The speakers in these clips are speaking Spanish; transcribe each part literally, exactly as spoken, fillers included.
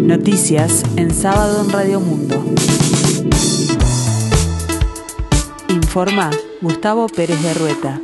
Noticias en sábado en Radio Mundo. Informa Gustavo Pérez de Rueta.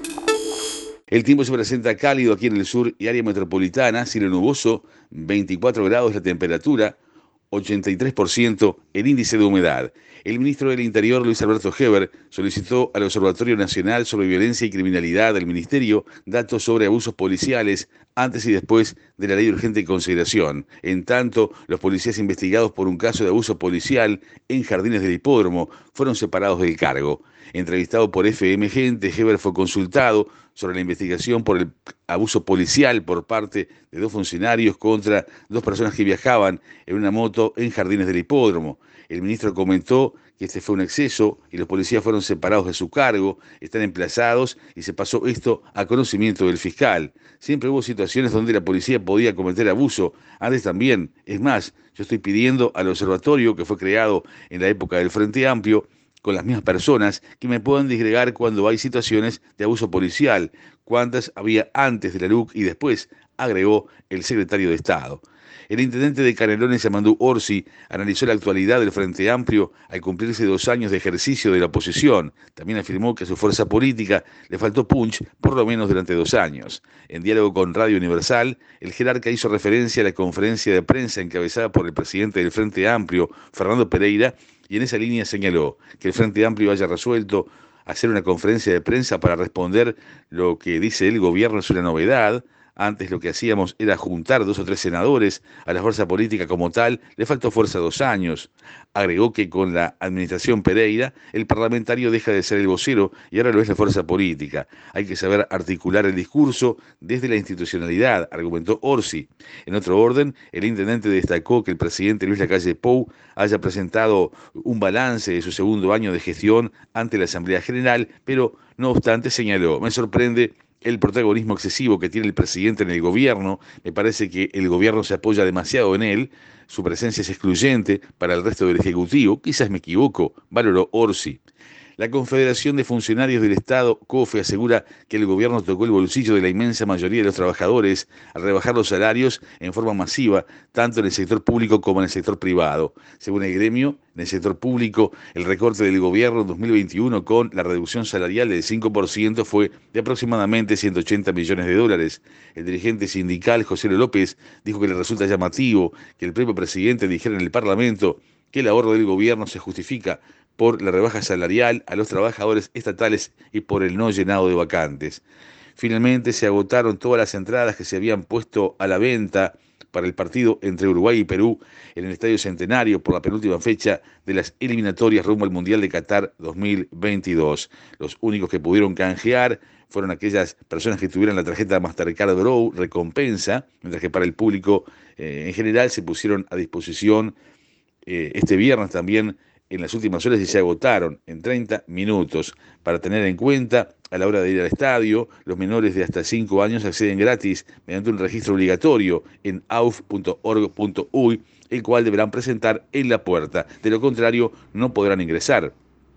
El tiempo se presenta cálido aquí en el sur y área metropolitana, cielo nuboso, veinticuatro grados la temperatura, ochenta y tres por ciento el índice de humedad. El ministro del Interior, Luis Alberto Heber, solicitó al Observatorio Nacional sobre Violencia y Criminalidad del Ministerio datos sobre abusos policiales antes y después de la ley de urgente consideración. En tanto, los policías investigados por un caso de abuso policial en Jardines del Hipódromo fueron separados del cargo. Entrevistado por F M Gente, Heber fue consultado sobre la investigación por el abuso policial por parte de dos funcionarios contra dos personas que viajaban en una moto en Jardines del Hipódromo. El ministro comentó que este fue un exceso y los policías fueron separados de su cargo, están emplazados y se pasó esto a conocimiento del fiscal. Siempre hubo situaciones donde la policía podía cometer abuso, antes también. Es más, yo estoy pidiendo al observatorio que fue creado en la época del Frente Amplio, con las mismas personas, que me puedan disgregar cuando hay situaciones de abuso policial, cuántas había antes de la L U C y después, agregó el secretario de Estado. El intendente de Canelones, Yamandú Orsi, analizó la actualidad del Frente Amplio al cumplirse dos años de ejercicio de la oposición. También afirmó que a su fuerza política le faltó punch por lo menos durante dos años. En diálogo con Radio Universal, el jerarca hizo referencia a la conferencia de prensa encabezada por el presidente del Frente Amplio, Fernando Pereira, y en esa línea señaló que el Frente Amplio haya resuelto hacer una conferencia de prensa para responder lo que dice el gobierno es una novedad. Antes lo que hacíamos era juntar dos o tres senadores, a la fuerza política como tal le faltó fuerza dos años. Agregó que con la administración Pereira, el parlamentario deja de ser el vocero y ahora lo es la fuerza política. Hay que saber articular el discurso desde la institucionalidad, argumentó Orsi. En otro orden, el intendente destacó que el presidente Luis Lacalle Pou haya presentado un balance de su segundo año de gestión ante la Asamblea General, pero no obstante señaló, me sorprende el protagonismo excesivo que tiene el presidente en el gobierno. Me parece que el gobierno se apoya demasiado en él, su presencia es excluyente para el resto del Ejecutivo, quizás me equivoco, valoró Orsi. La Confederación de Funcionarios del Estado, COFE, asegura que el gobierno tocó el bolsillo de la inmensa mayoría de los trabajadores al rebajar los salarios en forma masiva, tanto en el sector público como en el sector privado. Según el gremio, en el sector público, el recorte del gobierno en dos mil veintiuno con la reducción salarial del cinco por ciento fue de aproximadamente ciento ochenta millones de dólares. El dirigente sindical, José López, dijo que le resulta llamativo que el propio presidente dijera en el Parlamento que el ahorro del gobierno se justifica por la rebaja salarial a los trabajadores estatales y por el no llenado de vacantes. Finalmente se agotaron todas las entradas que se habían puesto a la venta para el partido entre Uruguay y Perú en el Estadio Centenario por la penúltima fecha de las eliminatorias rumbo al Mundial de Qatar dos mil veintidós. Los únicos que pudieron canjear fueron aquellas personas que tuvieran la tarjeta Mastercard Draw recompensa, mientras que para el público eh, en general se pusieron a disposición eh, este viernes también en las últimas horas y se agotaron en treinta minutos. Para tener en cuenta, a la hora de ir al estadio, los menores de hasta cinco años acceden gratis mediante un registro obligatorio en a u f punto org punto u y, el cual deberán presentar en la puerta. De lo contrario, no podrán ingresar.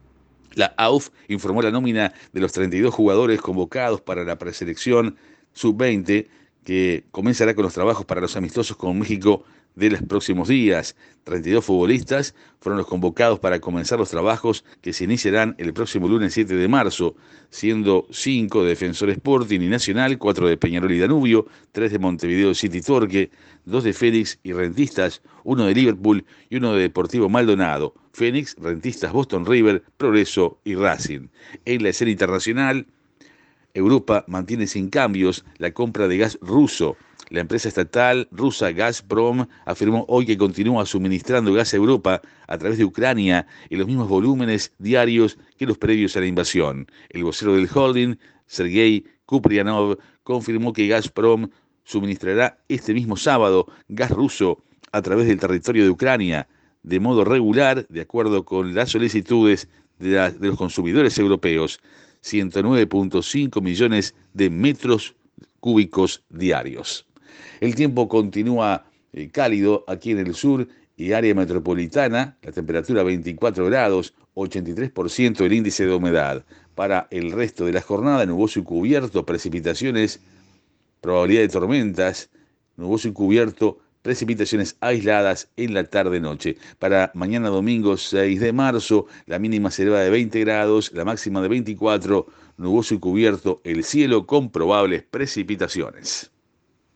La A U F informó la nómina de los treinta y dos jugadores convocados para la preselección sub veinte, que comenzará con los trabajos para los amistosos con México de los próximos días. treinta y dos futbolistas fueron los convocados para comenzar los trabajos que se iniciarán el próximo lunes siete de marzo, siendo cinco de Defensor Sporting y Nacional, cuatro de Peñarol y Danubio, tres de Montevideo City Torque, dos de Fénix y Rentistas, uno de Liverpool y uno de Deportivo Maldonado. Fénix, Rentistas, Boston River, Progreso y Racing. En la escena internacional, Europa mantiene sin cambios la compra de gas ruso. La empresa estatal rusa Gazprom afirmó hoy que continúa suministrando gas a Europa a través de Ucrania en los mismos volúmenes diarios que los previos a la invasión. El vocero del holding, Sergei Kuprianov, confirmó que Gazprom suministrará este mismo sábado gas ruso a través del territorio de Ucrania de modo regular, de acuerdo con las solicitudes de, la, de los consumidores europeos, ciento nueve punto cinco millones de metros cúbicos diarios. El tiempo continúa eh, cálido aquí en el sur y área metropolitana, la temperatura veinticuatro grados, ochenta y tres por ciento el índice de humedad. Para el resto de la jornada, nuboso y cubierto, precipitaciones, probabilidad de tormentas, nuboso y cubierto, precipitaciones aisladas en la tarde-noche. Para mañana domingo seis de marzo, la mínima será de veinte grados, la máxima de veinticuatro, nuboso y cubierto el cielo con probables precipitaciones.